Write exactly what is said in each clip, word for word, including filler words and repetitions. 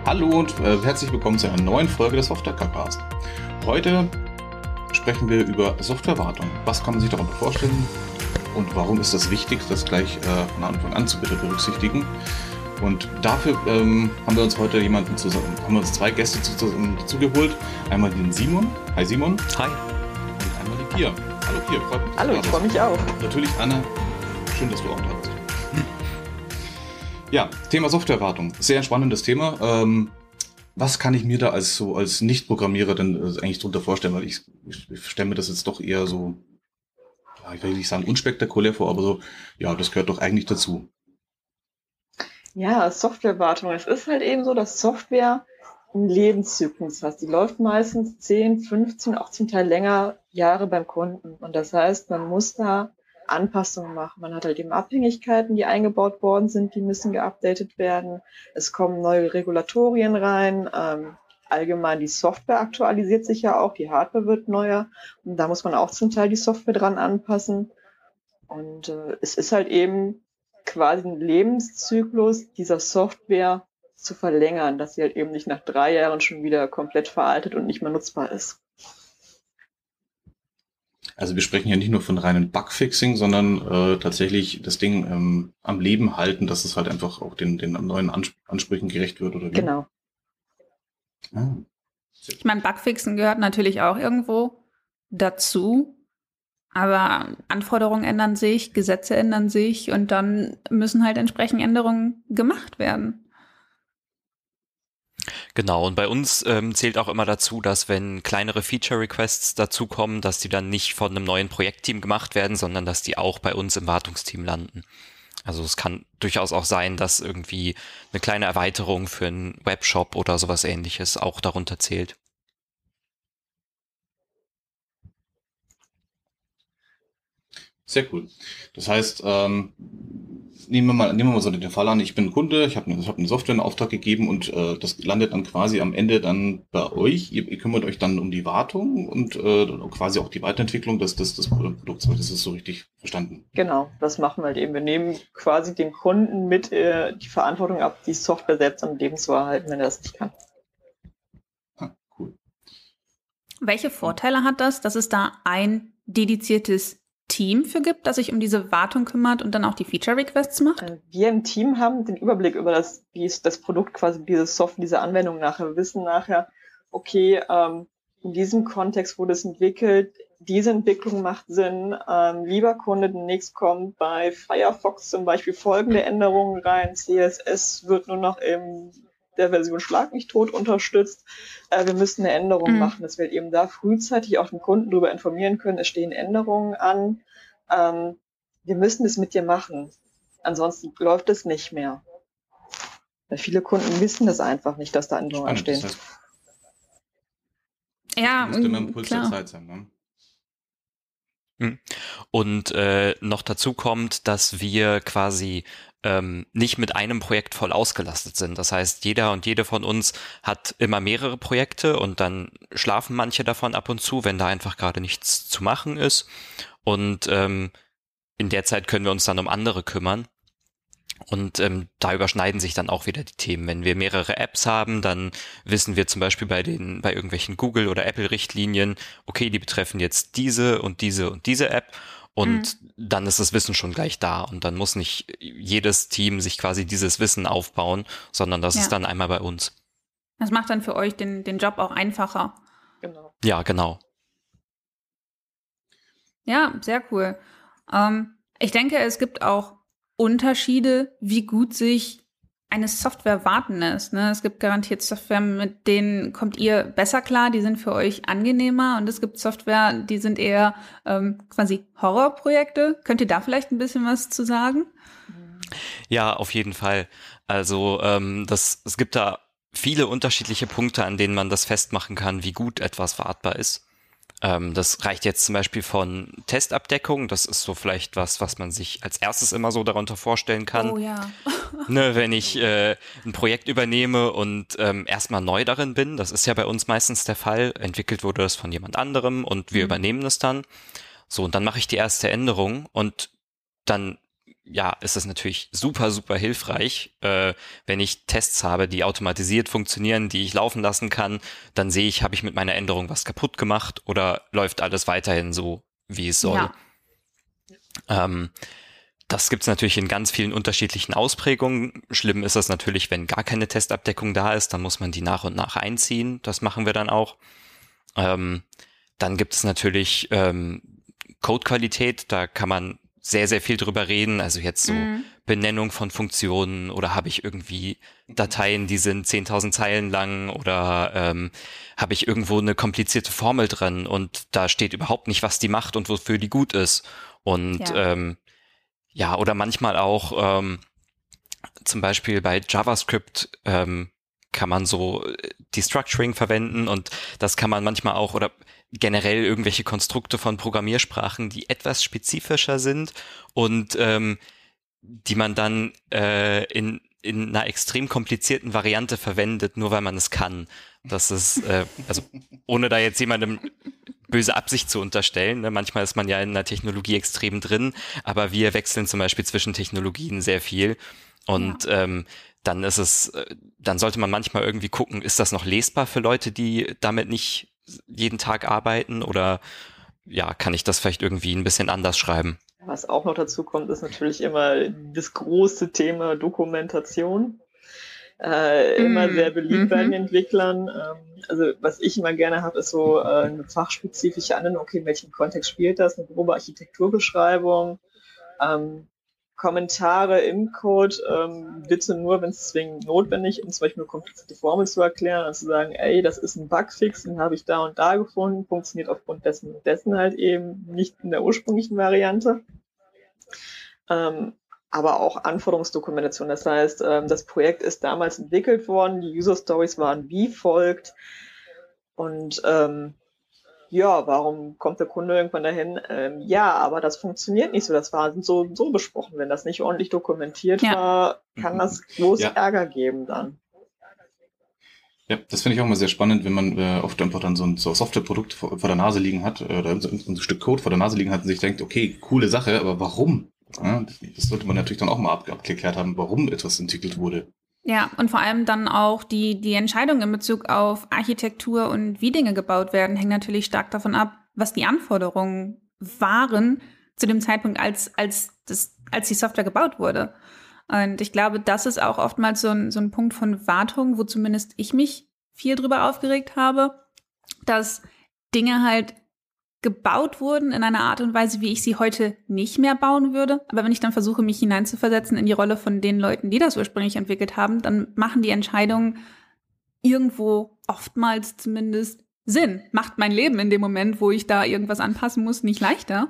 Hallo und äh, herzlich willkommen zu einer neuen Folge des Software-Cast. Heute sprechen wir über Softwarewartung. Was kann man sich darunter vorstellen und warum ist das wichtig, das gleich äh, von Anfang an zu bitte berücksichtigen? Und dafür ähm, haben wir uns heute jemanden zusammen, haben wir uns zwei Gäste zusammen dazugeholt. Einmal den Simon. Hi Simon. Hi. Und einmal die Pia. Hallo Pia, freut mich. Hallo, ich freue mich auch. Natürlich Anne. Schön, dass du auch da bist. Ja, Thema Softwarewartung. Sehr spannendes Thema. Ähm, was kann ich mir da als so als Nicht-Programmierer denn äh, eigentlich drunter vorstellen? Weil ich, ich, ich stelle mir das jetzt doch eher so, ja, ich will nicht sagen unspektakulär vor, aber so, ja, das gehört doch eigentlich dazu. Ja, Softwarewartung. Es ist halt eben so, dass Software einen Lebenszyklus hat. Die läuft meistens zehn, fünfzehn, auch zum Teil länger Jahre beim Kunden. Und das heißt, man muss da Anpassungen machen. Man hat halt eben Abhängigkeiten, die eingebaut worden sind, die müssen geupdatet werden. Es kommen neue Regulatorien rein. Ähm, allgemein die Software aktualisiert sich ja auch, die Hardware wird neuer und da muss man auch zum Teil die Software dran anpassen. Und äh, es ist halt eben quasi ein Lebenszyklus dieser Software zu verlängern, dass sie halt eben nicht nach drei Jahren schon wieder komplett veraltet und nicht mehr nutzbar ist. Also wir sprechen ja nicht nur von reinen Bugfixing, sondern äh, tatsächlich das Ding ähm, am Leben halten, dass es halt einfach auch den, den neuen Ans- Ansprüchen gerecht wird, oder wie? Genau. Ah. Ich meine, Bugfixen gehört natürlich auch irgendwo dazu, aber Anforderungen ändern sich, Gesetze ändern sich und dann müssen halt entsprechend Änderungen gemacht werden. Genau, und bei uns ähm, zählt auch immer dazu, dass wenn kleinere Feature-Requests dazukommen, dass die dann nicht von einem neuen Projektteam gemacht werden, sondern dass die auch bei uns im Wartungsteam landen. Also es kann durchaus auch sein, dass irgendwie eine kleine Erweiterung für einen Webshop oder sowas Ähnliches auch darunter zählt. Sehr cool. Das heißt, ähm, nehmen wir mal, nehmen wir mal so den Fall an, ich bin Kunde, ich habe eine, ich hab eine Software in Auftrag gegeben und äh, das landet dann quasi am Ende dann bei euch. Ihr, ihr kümmert euch dann um die Wartung und äh, quasi auch die Weiterentwicklung des, des, des Produkts. Das ist so richtig verstanden. Genau, das machen wir halt eben. Wir nehmen quasi dem Kunden mit äh, die Verantwortung ab, die Software selbst am Leben zu erhalten, wenn er das nicht kann. Ah, cool. Welche Vorteile hat das, dass es da ein dediziertes Team für gibt, das sich um diese Wartung kümmert und dann auch die Feature-Requests macht? Wir im Team haben den Überblick über das, wie ist das Produkt, quasi diese Software, diese Anwendung nachher. Wir wissen nachher, okay, ähm, in diesem Kontext wurde es entwickelt, diese Entwicklung macht Sinn, ähm, lieber Kunde, demnächst kommt bei Firefox zum Beispiel folgende Änderungen rein, C S S wird nur noch in der Version Schlag mich tot unterstützt. Äh, wir müssen eine Änderung mhm. machen, dass wir eben da frühzeitig auch den Kunden darüber informieren können, es stehen Änderungen an. Ähm, wir müssen es mit dir machen. Ansonsten läuft es nicht mehr. Weil viele Kunden wissen das einfach nicht, dass da Änderungen anstehen. Das heißt, ja, das müsste immer im Puls der Zeit sein, ne? Und äh, noch dazu kommt, dass wir quasi ähm, nicht mit einem Projekt voll ausgelastet sind. Das heißt, jeder und jede von uns hat immer mehrere Projekte und dann schlafen manche davon ab und zu, wenn da einfach gerade nichts zu machen ist. Und ähm, in der Zeit können wir uns dann um andere kümmern. Und ähm, da überschneiden sich dann auch wieder die Themen. Wenn wir mehrere Apps haben, dann wissen wir zum Beispiel bei den bei irgendwelchen Google- oder Apple-Richtlinien, okay, die betreffen jetzt diese und diese und diese App. Und mhm. dann ist das Wissen schon gleich da. Und dann muss nicht jedes Team sich quasi dieses Wissen aufbauen, sondern das ja. ist dann einmal bei uns. Das macht dann für euch den, den Job auch einfacher. Genau. Ja, genau. Ja, sehr cool. Ähm, ich denke, es gibt auch Unterschiede, wie gut sich eine Software warten lässt. Ne? Es gibt garantiert Software, mit denen kommt ihr besser klar, die sind für euch angenehmer und es gibt Software, die sind eher ähm, quasi Horrorprojekte. Könnt ihr da vielleicht ein bisschen was zu sagen? Ja, auf jeden Fall. Also ähm, das, es gibt da viele unterschiedliche Punkte, an denen man das festmachen kann, wie gut etwas wartbar ist. Ähm, das reicht jetzt zum Beispiel von Testabdeckung. Das ist so vielleicht was, was man sich als erstes immer so darunter vorstellen kann. Oh ja. Ne, wenn ich äh, ein Projekt übernehme und ähm, erstmal neu darin bin, das ist ja bei uns meistens der Fall, entwickelt wurde das von jemand anderem und wir mhm. übernehmen es dann. So, und dann mache ich die erste Änderung und dann ja, ist es natürlich super, super hilfreich, äh, wenn ich Tests habe, die automatisiert funktionieren, die ich laufen lassen kann, dann sehe ich, habe ich mit meiner Änderung was kaputt gemacht oder läuft alles weiterhin so, wie es soll. Ja. Ähm, das gibt es natürlich in ganz vielen unterschiedlichen Ausprägungen. Schlimm ist es natürlich, wenn gar keine Testabdeckung da ist, dann muss man die nach und nach einziehen. Das machen wir dann auch. Ähm, dann gibt es natürlich ähm, Codequalität, da kann man sehr, sehr viel drüber reden. Also jetzt so Mhm. Benennung von Funktionen oder habe ich irgendwie Dateien, die sind zehntausend Zeilen lang oder ähm, habe ich irgendwo eine komplizierte Formel drin und da steht überhaupt nicht, was die macht und wofür die gut ist. Und Ja. ähm, ja, oder manchmal auch ähm, zum Beispiel bei JavaScript ähm, kann man so Destructuring verwenden und das kann man manchmal auch oder generell irgendwelche Konstrukte von Programmiersprachen, die etwas spezifischer sind und ähm, die man dann äh, in, in einer extrem komplizierten Variante verwendet, nur weil man es kann. Das ist, äh, also ohne da jetzt jemandem böse Absicht zu unterstellen, ne? Manchmal ist man ja in einer Technologie extrem drin, aber wir wechseln zum Beispiel zwischen Technologien sehr viel und ja. ähm, dann ist es, dann sollte man manchmal irgendwie gucken, ist das noch lesbar für Leute, die damit nicht jeden Tag arbeiten oder ja, kann ich das vielleicht irgendwie ein bisschen anders schreiben? Was auch noch dazu kommt, ist natürlich immer das große Thema Dokumentation. Äh, mm. Immer sehr beliebt mm-hmm. bei den Entwicklern. Ähm, also was ich immer gerne habe, ist so äh, eine fachspezifische Anwendung. Okay, in welchem Kontext spielt das? Eine grobe Architekturbeschreibung. Ähm, Kommentare im Code, ähm, bitte nur, wenn es zwingend notwendig ist, zum Beispiel eine komplizierte Formel zu erklären und zu sagen, ey, das ist ein Bugfix, den habe ich da und da gefunden, funktioniert aufgrund dessen und dessen halt eben nicht in der ursprünglichen Variante. Ähm, aber auch Anforderungsdokumentation, das heißt, ähm, das Projekt ist damals entwickelt worden, die User Stories waren wie folgt und ähm, ja, warum kommt der Kunde irgendwann dahin? Ähm, ja, aber das funktioniert nicht so. Das war so, so besprochen. Wenn das nicht ordentlich dokumentiert ja. war, kann das groß ja. Ärger geben dann. Ja, das finde ich auch immer sehr spannend, wenn man äh, oft einfach dann so ein so Softwareprodukt vor, vor der Nase liegen hat äh, oder so ein, ein Stück Code vor der Nase liegen hat und sich denkt, okay, coole Sache, aber warum? Ja, das, das sollte man natürlich dann auch mal ab, abgeklärt haben, warum etwas entwickelt wurde. Ja, und vor allem dann auch die, die Entscheidung in Bezug auf Architektur und wie Dinge gebaut werden, hängt natürlich stark davon ab, was die Anforderungen waren zu dem Zeitpunkt, als, als, das, als die Software gebaut wurde. Und ich glaube, das ist auch oftmals so ein, so ein Punkt von Wartung, wo zumindest ich mich viel drüber aufgeregt habe, dass Dinge halt gebaut wurden in einer Art und Weise, wie ich sie heute nicht mehr bauen würde. Aber wenn ich dann versuche, mich hineinzuversetzen in die Rolle von den Leuten, die das ursprünglich entwickelt haben, dann machen die Entscheidungen irgendwo oftmals zumindest Sinn. Macht mein Leben in dem Moment, wo ich da irgendwas anpassen muss, nicht leichter.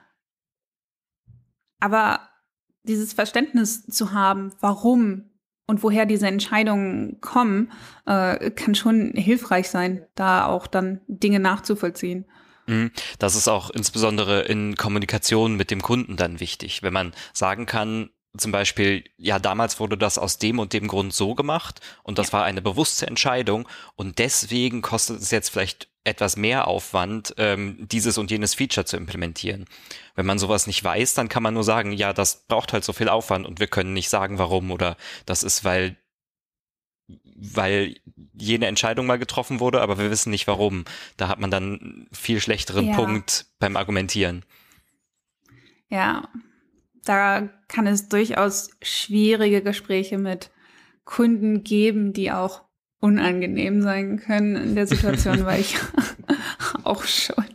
Aber dieses Verständnis zu haben, warum und woher diese Entscheidungen kommen, äh, kann schon hilfreich sein, da auch dann Dinge nachzuvollziehen. Das ist auch insbesondere in Kommunikation mit dem Kunden dann wichtig, wenn man sagen kann, zum Beispiel, ja, damals wurde das aus dem und dem Grund so gemacht und das ja. war eine bewusste Entscheidung und deswegen kostet es jetzt vielleicht etwas mehr Aufwand, ähm, dieses und jenes Feature zu implementieren. Wenn man sowas nicht weiß, dann kann man nur sagen, ja, das braucht halt so viel Aufwand und wir können nicht sagen, warum oder das ist, weil weil jene Entscheidung mal getroffen wurde, aber wir wissen nicht warum. Da hat man dann einen viel schlechteren ja. Punkt beim Argumentieren. Ja, da kann es durchaus schwierige Gespräche mit Kunden geben, die auch unangenehm sein können. In der Situation war ich auch schon.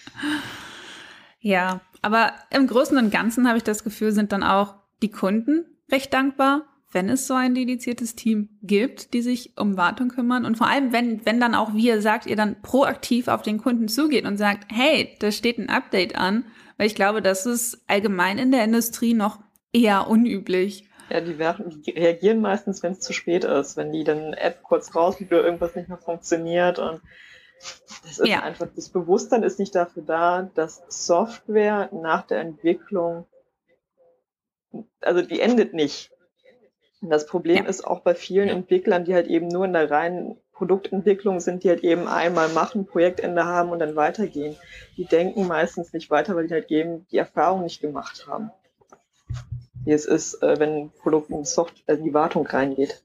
Ja, aber im Großen und Ganzen habe ich das Gefühl, sind dann auch die Kunden recht dankbar, wenn es so ein dediziertes Team gibt, die sich um Wartung kümmern und vor allem, wenn wenn dann auch, wie ihr sagt, ihr dann proaktiv auf den Kunden zugeht und sagt, hey, da steht ein Update an, weil ich glaube, das ist allgemein in der Industrie noch eher unüblich. Ja, die, werden, die reagieren meistens, wenn es zu spät ist, wenn die dann eine App kurz rausliegt oder irgendwas nicht mehr funktioniert und das ist ja. einfach, das Bewusstsein ist nicht dafür da, dass Software nach der Entwicklung, also die endet nicht. Das Problem ja. ist auch bei vielen ja. Entwicklern, die halt eben nur in der reinen Produktentwicklung sind, die halt eben einmal machen, Projektende haben und dann weitergehen. Die denken meistens nicht weiter, weil die halt eben die Erfahrung nicht gemacht haben. wie es ist, äh, wenn ein Produkt in, Soft äh, in die Wartung reingeht.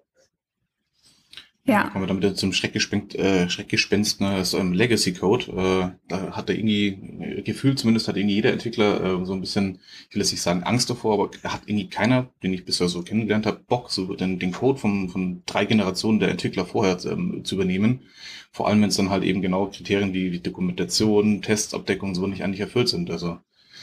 Ja. Da kommen wir dann wieder zum Schreckgespenst, äh, Schreckgespenst, ne, das ähm, Legacy Code. Äh, da hat er irgendwie, äh, gefühlt zumindest hat irgendwie jeder Entwickler äh, so ein bisschen, ich will jetzt nicht sagen Angst davor, aber hat irgendwie keiner, den ich bisher so kennengelernt habe, Bock, so den, den Code von, von drei Generationen der Entwickler vorher ähm, zu übernehmen. Vor allem, wenn es dann halt eben genau Kriterien wie, wie Dokumentation, Testabdeckung so nicht eigentlich erfüllt sind. Also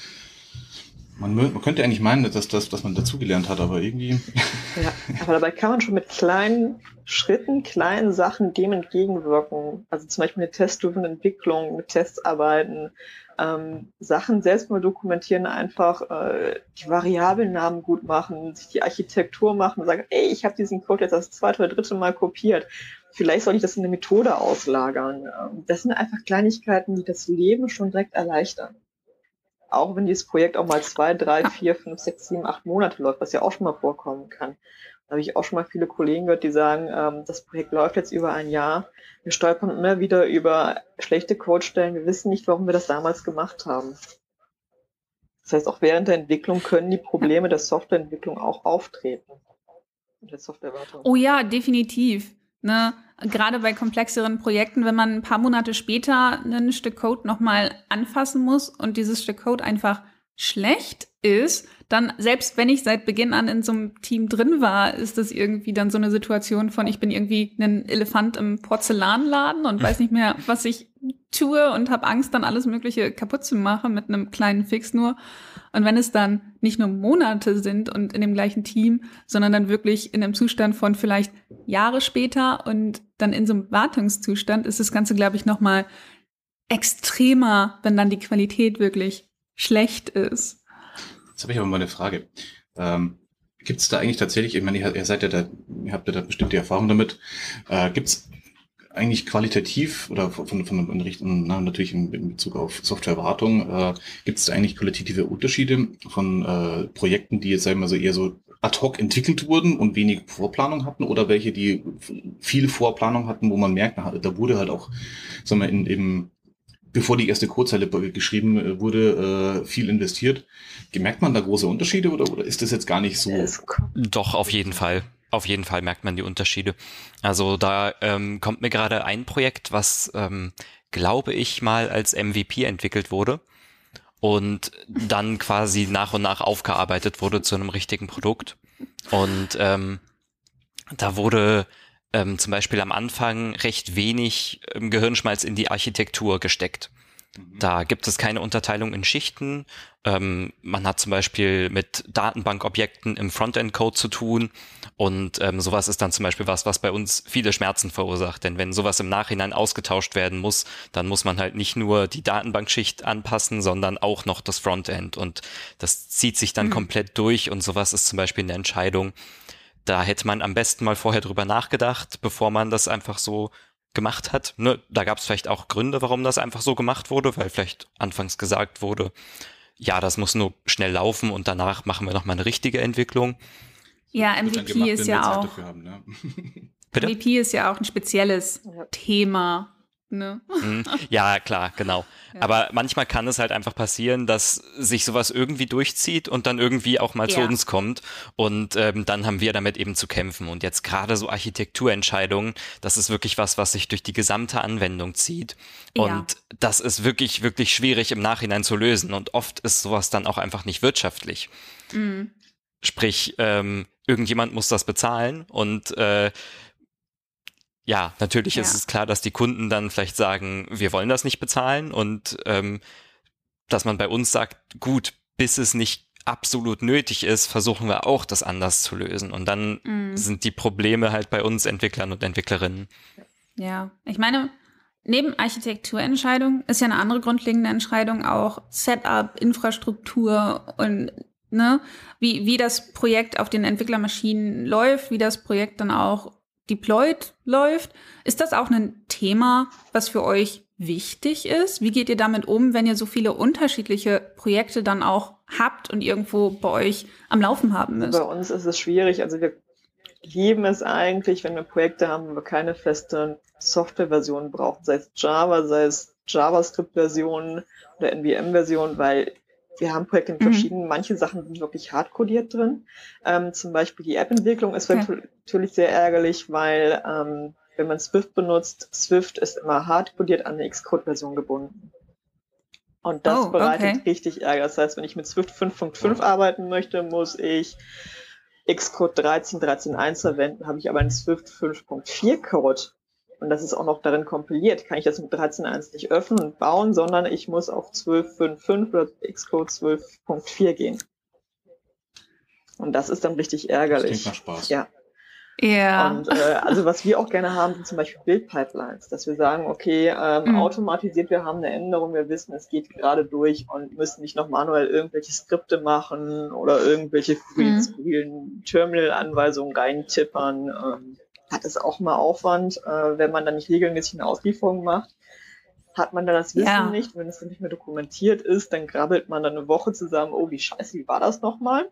Man, man könnte eigentlich meinen, dass, das, dass man dazugelernt hat, aber irgendwie... Ja, aber dabei kann man schon mit kleinen Schritten, kleinen Sachen dem entgegenwirken. Also zum Beispiel eine testdurchende Entwicklung, mit Tests arbeiten, ähm, Sachen selbst mal dokumentieren, einfach äh, die Variablennamen gut machen, sich die Architektur machen und sagen, ey, ich habe diesen Code jetzt das zweite oder dritte Mal kopiert. Vielleicht soll ich das in eine Methode auslagern. Das sind einfach Kleinigkeiten, die das Leben schon direkt erleichtern. Auch wenn dieses Projekt auch mal zwei, drei, vier, fünf, sechs, sieben, acht Monate läuft, was ja auch schon mal vorkommen kann. Da habe ich auch schon mal viele Kollegen gehört, die sagen, ähm, das Projekt läuft jetzt über ein Jahr. Wir stolpern immer wieder über schlechte Codestellen. Wir wissen nicht, warum wir das damals gemacht haben. Das heißt, auch während der Entwicklung können die Probleme der Softwareentwicklung auch auftreten. Und der Softwarewartung. Oh ja, definitiv. Ne, gerade bei komplexeren Projekten, wenn man ein paar Monate später ein Stück Code nochmal anfassen muss und dieses Stück Code einfach schlecht ist, dann, selbst wenn ich seit Beginn an in so einem Team drin war, ist das irgendwie dann so eine Situation von, ich bin irgendwie ein Elefant im Porzellanladen und weiß nicht mehr, was ich tue und habe Angst, dann alles Mögliche kaputt zu machen mit einem kleinen Fix nur. Und wenn es dann nicht nur Monate sind und in dem gleichen Team, sondern dann wirklich in einem Zustand von vielleicht Jahre später und dann in so einem Wartungszustand, ist das Ganze, glaube ich, noch mal extremer, wenn dann die Qualität wirklich schlecht ist. Jetzt habe ich aber mal eine Frage. Ähm, gibt es da eigentlich tatsächlich, ich meine, ihr, ihr seid ja da, ihr habt ja da bestimmte Erfahrung damit, äh, gibt es eigentlich qualitativ oder von, von, von in Richtung, na, natürlich in, in Bezug auf Softwarewartung, äh, gibt es da eigentlich qualitative Unterschiede von äh, Projekten, die jetzt, sagen wir mal so, eher so ad hoc entwickelt wurden und wenig Vorplanung hatten, oder welche, die viel Vorplanung hatten, wo man merkt, na, da wurde halt auch, sagen wir, in, eben, bevor die erste Codezeile geschrieben wurde, äh, viel investiert. Merkt man da große Unterschiede oder, oder ist das jetzt gar nicht so? Doch, auf jeden Fall. Auf jeden Fall merkt man die Unterschiede. Also da ähm, kommt mir gerade ein Projekt, was, ähm, glaube ich, mal als M V P entwickelt wurde und dann quasi nach und nach aufgearbeitet wurde zu einem richtigen Produkt. Und ähm, da wurde ähm, zum Beispiel am Anfang recht wenig ähm, Gehirnschmalz in die Architektur gesteckt. Da gibt es keine Unterteilung in Schichten. Ähm, man hat zum Beispiel mit Datenbankobjekten im Frontend-Code zu tun und ähm, sowas ist dann zum Beispiel was, was bei uns viele Schmerzen verursacht. Denn wenn sowas im Nachhinein ausgetauscht werden muss, dann muss man halt nicht nur die Datenbankschicht anpassen, sondern auch noch das Frontend und das zieht sich dann mhm. komplett durch und sowas ist zum Beispiel eine Entscheidung. Da hätte man am besten mal vorher drüber nachgedacht, bevor man das einfach so gemacht hat. Ne, da gab es vielleicht auch Gründe, warum das einfach so gemacht wurde, weil vielleicht anfangs gesagt wurde, ja, das muss nur schnell laufen und danach machen wir nochmal eine richtige Entwicklung. Ja, M V P ist ja auch haben, ne? Bitte? M V P ist ja auch ein spezielles ja. Thema. Ne? Ja, klar, genau. Ja. Aber manchmal kann es halt einfach passieren, dass sich sowas irgendwie durchzieht und dann irgendwie auch mal ja. zu uns kommt und ähm, dann haben wir damit eben zu kämpfen. Und jetzt gerade so Architekturentscheidungen, das ist wirklich was, was sich durch die gesamte Anwendung zieht. Und ja. das ist wirklich, wirklich schwierig im Nachhinein zu lösen. Und oft ist sowas dann auch einfach nicht wirtschaftlich. Mhm. Sprich, ähm, irgendjemand muss das bezahlen und äh, ja, natürlich ja. ist es klar, dass die Kunden dann vielleicht sagen, wir wollen das nicht bezahlen und ähm, dass man bei uns sagt, gut, bis es nicht absolut nötig ist, versuchen wir auch, das anders zu lösen. Und dann mhm. sind die Probleme halt bei uns Entwicklern und Entwicklerinnen. Ja, ich meine, neben Architekturentscheidung ist ja eine andere grundlegende Entscheidung auch Setup, Infrastruktur und ne, wie, wie das Projekt auf den Entwicklermaschinen läuft, wie das Projekt dann auch deployed läuft. Ist das auch ein Thema, was für euch wichtig ist? Wie geht ihr damit um, wenn ihr so viele unterschiedliche Projekte dann auch habt und irgendwo bei euch am Laufen haben müsst? Bei uns ist es schwierig. Also wir lieben es eigentlich, wenn wir Projekte haben, wo wir keine feste Softwareversion brauchen, sei es Java, sei es JavaScript-Versionen oder N V M-Versionen, weil wir haben Projekte mit Mhm. verschiedenen, manche Sachen sind wirklich hardcodiert drin. Ähm, zum Beispiel die App-Entwicklung ist Okay. natürlich sehr ärgerlich, weil ähm, wenn man Swift benutzt, Swift ist immer hardcodiert an eine Xcode-Version gebunden. Und das Oh, bereitet okay. richtig Ärger. Das heißt, wenn ich mit Swift fünf Punkt fünf arbeiten möchte, muss ich Xcode dreizehn, dreizehn Punkt eins verwenden, habe ich aber einen Swift fünf Punkt vier Code und das ist auch noch darin kompiliert, kann ich das mit dreizehn Punkt eins nicht öffnen und bauen, sondern ich muss auf zwölf Punkt fünf Punkt fünf oder Xcode zwölf Punkt vier gehen. Und das ist dann richtig Das ärgerlich. klingt nach Spaß. Ja. Ja. Und äh, also was wir auch gerne haben, sind zum Beispiel Build-Pipelines, dass wir sagen, okay, ähm, Mhm. automatisiert, wir haben eine Änderung, wir wissen, es geht gerade durch und müssen nicht noch manuell irgendwelche Skripte machen oder irgendwelche Mhm. skurrilen Terminal-Anweisungen reintippern. Ähm, hat es auch mal Aufwand, äh, wenn man dann nicht regelmäßig eine Auslieferung macht. Hat man dann das Wissen Ja. nicht, wenn es dann nicht mehr dokumentiert ist, dann grabbelt man dann eine Woche zusammen, oh, wie scheiße, wie war das nochmal?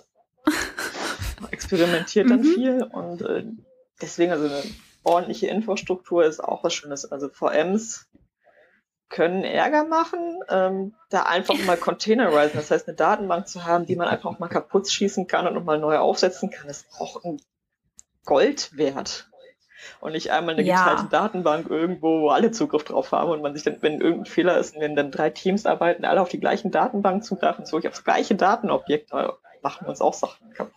Experimentiert dann Mhm. viel und äh, deswegen also eine ordentliche Infrastruktur ist auch was Schönes. Also V Ms können Ärger machen, ähm, da einfach mal containerisieren, das heißt eine Datenbank zu haben, die man einfach auch mal kaputt schießen kann und nochmal neu aufsetzen kann, ist auch ein Gold wert. Und nicht einmal eine Ja. geteilte Datenbank irgendwo, wo alle Zugriff drauf haben und man sich dann, wenn irgendein Fehler ist, und wenn dann drei Teams arbeiten, alle auf die gleichen Datenbank zugreifen, so aufs gleiche Datenobjekt, äh, machen wir uns auch Sachen kaputt.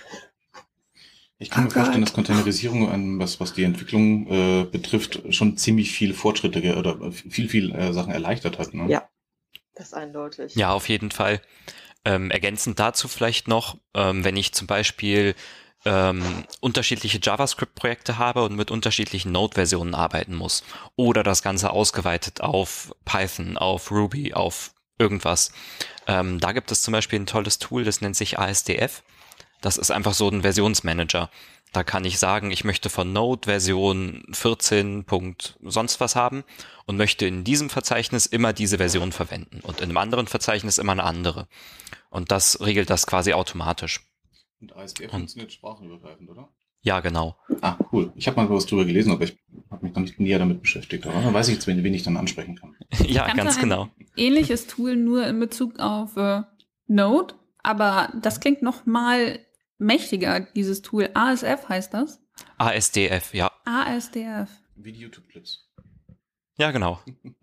Ich kann Oh mir vorstellen, Gott. dass Containerisierung, an, was, was die Entwicklung äh, betrifft, schon ziemlich viel Fortschritte ge- oder viel, viel äh, Sachen erleichtert hat. Ne? Ja. Das ist eindeutig. Ja, auf jeden Fall. Ähm, ergänzend dazu vielleicht noch, ähm, wenn ich zum Beispiel ähm, unterschiedliche JavaScript-Projekte habe und mit unterschiedlichen Node-Versionen arbeiten muss oder das Ganze ausgeweitet auf Python, auf Ruby, auf irgendwas. Ähm, da gibt es zum Beispiel ein tolles Tool, das nennt sich A S D F. Das ist einfach so ein Versionsmanager. Da kann ich sagen, ich möchte von Node Version vierzehn. Punkt sonst was haben und möchte in diesem Verzeichnis immer diese Version verwenden und in einem anderen Verzeichnis immer eine andere. Und das regelt das quasi automatisch. Und A S D F Und- funktioniert sprachenübergreifend, oder? Ja, genau. Ah, cool. Ich habe mal was drüber gelesen, aber ich habe mich noch nicht näher damit beschäftigt. Aber dann weiß ich jetzt, wen, wen ich dann ansprechen kann. Ja, kannte ganz ein genau. ähnliches Tool nur in Bezug auf äh, Node, aber das klingt noch mal mächtiger, dieses Tool. A S F heißt das? A S D F, ja. A S D F. Video to Clips. Ja, genau.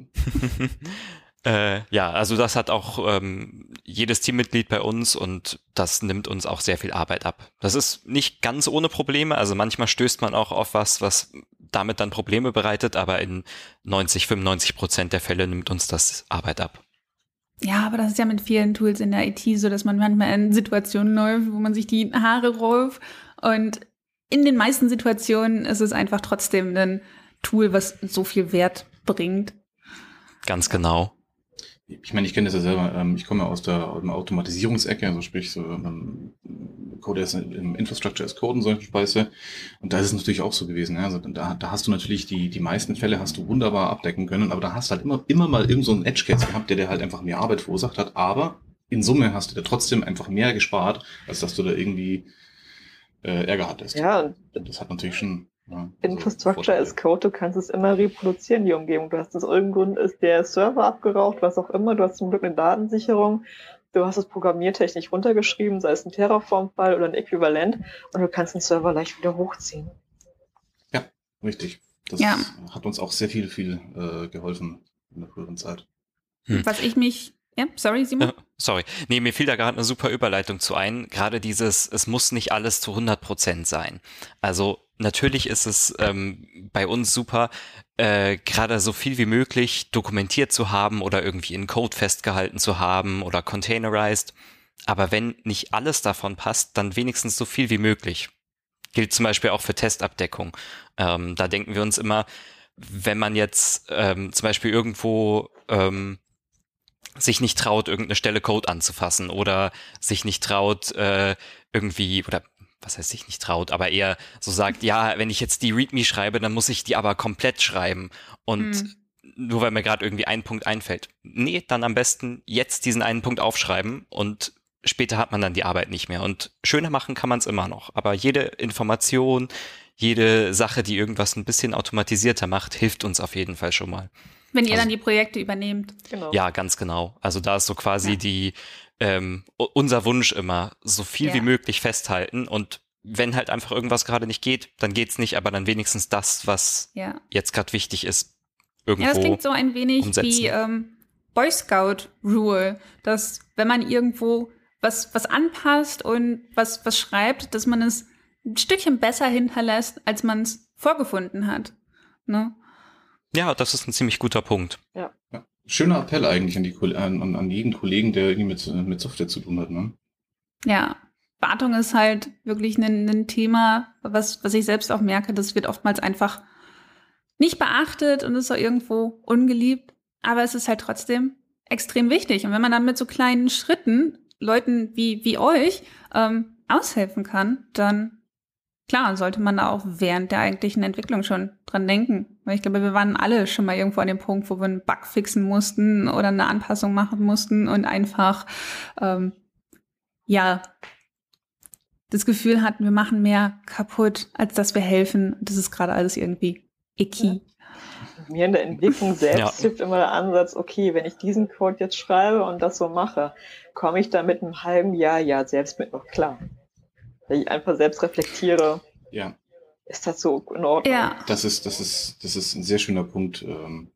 äh, ja, also das hat auch ähm, jedes Teammitglied bei uns und das nimmt uns auch sehr viel Arbeit ab. Das ist nicht ganz ohne Probleme, also manchmal stößt man auch auf was, was damit dann Probleme bereitet, aber in neunzig, fünfundneunzig Prozent der Fälle nimmt uns das Arbeit ab. Ja, aber das ist ja mit vielen Tools in der I T so, dass man manchmal in Situationen läuft, wo man sich die Haare rollt. Und in den meisten Situationen ist es einfach trotzdem ein Tool, was so viel Wert bringt. Ganz genau. Ich meine, ich kenne das ja selber. ähm, Ich komme ja aus der, aus der Automatisierungsecke, also sprich so ähm, Code as im Infrastructure as Code und solche Speise. Und da ist es natürlich auch so gewesen. Ja? Also da, da hast du natürlich die, die meisten Fälle hast du wunderbar abdecken können, aber da hast du halt immer, immer mal irgend so einen Edge Case gehabt, der dir halt einfach mehr Arbeit verursacht hat. Aber in Summe hast du dir trotzdem einfach mehr gespart, als dass du da irgendwie äh, Ärger hattest. Ja, und Das hat natürlich schon. Ja, also Infrastructure Vorteile. as Code, du kannst es immer reproduzieren, die Umgebung. Du hast aus irgendeinem Grund ist der Server abgeraucht, was auch immer. Du hast zum Glück eine Datensicherung. Du hast es programmiertechnisch runtergeschrieben, sei es ein Terraform-File oder ein Äquivalent. Und du kannst den Server leicht wieder hochziehen. Richtig. Das Ja. hat uns auch sehr viel, viel äh, geholfen in der früheren Zeit. Hm. Was ich mich, ja, sorry, Simon. Äh, sorry. Nee, mir fiel da gerade eine super Überleitung zu ein. Gerade dieses, es muss nicht alles zu hundert Prozent sein. Also natürlich ist es ähm, bei uns super, äh, gerade so viel wie möglich dokumentiert zu haben oder irgendwie in Code festgehalten zu haben oder containerized. Aber wenn nicht alles davon passt, dann wenigstens so viel wie möglich. Gilt zum Beispiel auch für Testabdeckung. Ähm, da denken wir uns immer, wenn man jetzt ähm, zum Beispiel irgendwo ähm, sich nicht traut, irgendeine Stelle Code anzufassen oder sich nicht traut, äh, irgendwie, oder was heißt sich nicht traut, aber eher so sagt, ja, wenn ich jetzt die README schreibe, dann muss ich die aber komplett schreiben. Und Hm. nur weil mir gerade irgendwie ein Punkt einfällt. Nee, dann am besten jetzt diesen einen Punkt aufschreiben und später hat man dann die Arbeit nicht mehr. Und schöner machen kann man es immer noch. Aber jede Information, jede Sache, die irgendwas ein bisschen automatisierter macht, hilft uns auf jeden Fall schon mal. Wenn ihr also, dann die Projekte übernehmt. Genau. Ja, ganz genau. Also da ist so quasi Ja. die ähm, unser Wunsch immer, so viel Ja. wie möglich festhalten. Und wenn halt einfach irgendwas gerade nicht geht, dann geht's nicht, aber dann wenigstens das, was Ja. jetzt gerade wichtig ist, irgendwo Ja, das klingt so ein wenig umsetzen. wie ähm, Boy Scout Rule, dass wenn man irgendwo was, was anpasst und was, was schreibt, dass man es ein Stückchen besser hinterlässt, als man es vorgefunden hat. Ne? Ja, das ist ein ziemlich guter Punkt. Ja. Schöner Appell eigentlich an, die, an, an jeden Kollegen, der irgendwie mit, mit Software zu tun hat. Ne? Ja, Wartung ist halt wirklich ein, ein Thema, was, was ich selbst auch merke, das wird oftmals einfach nicht beachtet und ist auch irgendwo ungeliebt, aber es ist halt trotzdem extrem wichtig. Und wenn man dann mit so kleinen Schritten Leuten wie, wie euch ähm, aushelfen kann, dann klar, sollte man da auch während der eigentlichen Entwicklung schon dran denken. Weil ich glaube, wir waren alle schon mal irgendwo an dem Punkt, wo wir einen Bug fixen mussten oder eine Anpassung machen mussten und einfach, ähm, ja, das Gefühl hatten, wir machen mehr kaputt, als dass wir helfen. Das ist gerade alles irgendwie icky. Ja. Mir in der Entwicklung selbst Ja. hilft immer der Ansatz, okay, wenn ich diesen Code jetzt schreibe und das so mache, komme ich da mit einem halben Jahr, ja, selbst mit noch klar. Wenn ich einfach selbst reflektiere, Ja, ist das so in Ordnung? Ja, das ist, das ist, das ist ein sehr schöner Punkt. ähm.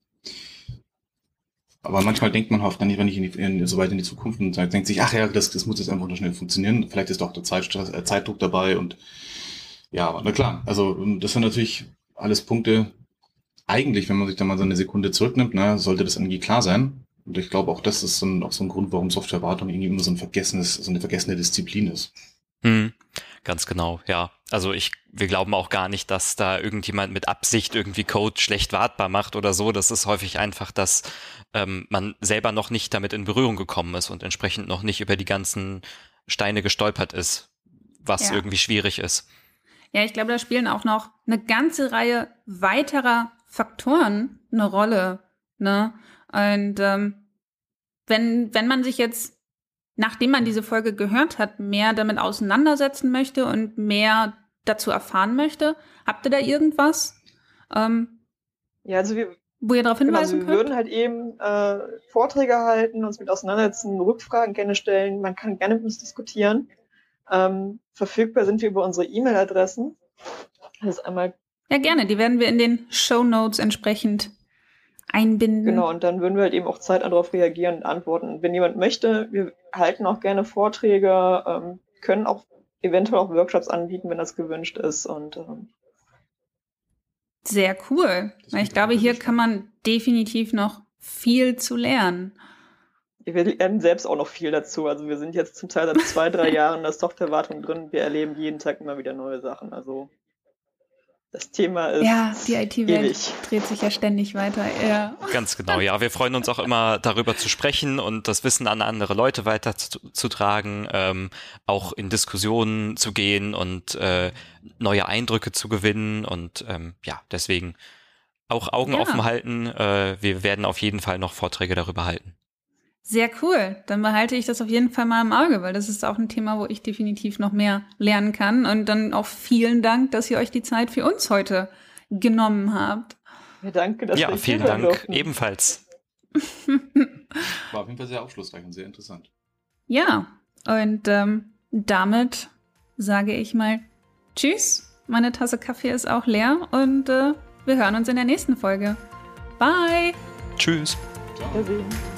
Aber manchmal denkt man auch dann, wenn ich in die, in, so weit in die Zukunft und sagt, denkt sich, ach ja, das, das muss jetzt einfach nur schnell funktionieren. Vielleicht ist auch der Zeitstress, äh, Zeitdruck dabei und ja, aber na klar. Also das sind natürlich alles Punkte. Eigentlich, wenn man sich da mal so eine Sekunde zurücknimmt, ne, sollte das irgendwie klar sein. Und ich glaube auch, das ist so ein, auch so ein Grund, warum Softwarewartung irgendwie immer so ein vergessenes, so eine vergessene Disziplin ist. Hm, ganz genau, ja. Also ich, wir glauben auch gar nicht, dass da irgendjemand mit Absicht irgendwie Code schlecht wartbar macht oder so. Das ist häufig einfach, dass ähm, man selber noch nicht damit in Berührung gekommen ist und entsprechend noch nicht über die ganzen Steine gestolpert ist, was Ja. irgendwie schwierig ist. Ja, ich glaube, da spielen auch noch eine ganze Reihe weiterer Faktoren eine Rolle. Ne? Und ähm, wenn, wenn man sich jetzt, nachdem man diese Folge gehört hat, mehr damit auseinandersetzen möchte und mehr dazu erfahren möchte, habt ihr da irgendwas, ähm, Ja, also wir, wo ihr darauf genau, hinweisen wir könnt? würden halt eben äh, Vorträge halten, uns mit auseinandersetzen, Rückfragen gerne stellen. Man kann gerne mit uns diskutieren. Ähm, verfügbar sind wir über unsere E-Mail-Adressen. Das ist einmal, Ja, gerne. Die werden wir in den Shownotes entsprechend einbinden. genau, und dann würden wir halt eben auch zeitnah darauf reagieren und antworten. Wenn jemand möchte, wir halten auch gerne Vorträge, ähm, können auch eventuell auch Workshops anbieten, wenn das gewünscht ist. Und ähm, Sehr cool. Das Weil ich klingt glaube, auch hier wirklich kann man definitiv noch viel zu lernen. wir lernen selbst auch noch viel dazu. Also wir sind jetzt zum Teil seit zwei, drei Jahren in der Softwarewartung drin. Wir erleben jeden Tag immer wieder neue Sachen. Also das Thema ist Ja, die I T-Welt ewig. dreht sich ja ständig weiter. Ja. Ganz genau, ja. Wir freuen uns auch immer, darüber zu sprechen und das Wissen an andere Leute weiterzutragen, ähm, auch in Diskussionen zu gehen und äh, neue Eindrücke zu gewinnen. Und ähm, ja, deswegen auch Augen Ja. offen halten. Äh, wir werden auf jeden Fall noch Vorträge darüber halten. Sehr cool. Dann behalte ich das auf jeden Fall mal im Auge, weil das ist auch ein Thema, wo ich definitiv noch mehr lernen kann. Und dann auch vielen Dank, dass ihr euch die Zeit für uns heute genommen habt. Ja, danke, dass Ja, wir vielen hier Dank durften. ebenfalls. War auf jeden Fall sehr aufschlussreich und sehr interessant. Ja, und ähm, damit sage ich mal Tschüss. Meine Tasse Kaffee ist auch leer und äh, wir hören uns in der nächsten Folge. Bye! Tschüss. Ciao. Wiedersehen.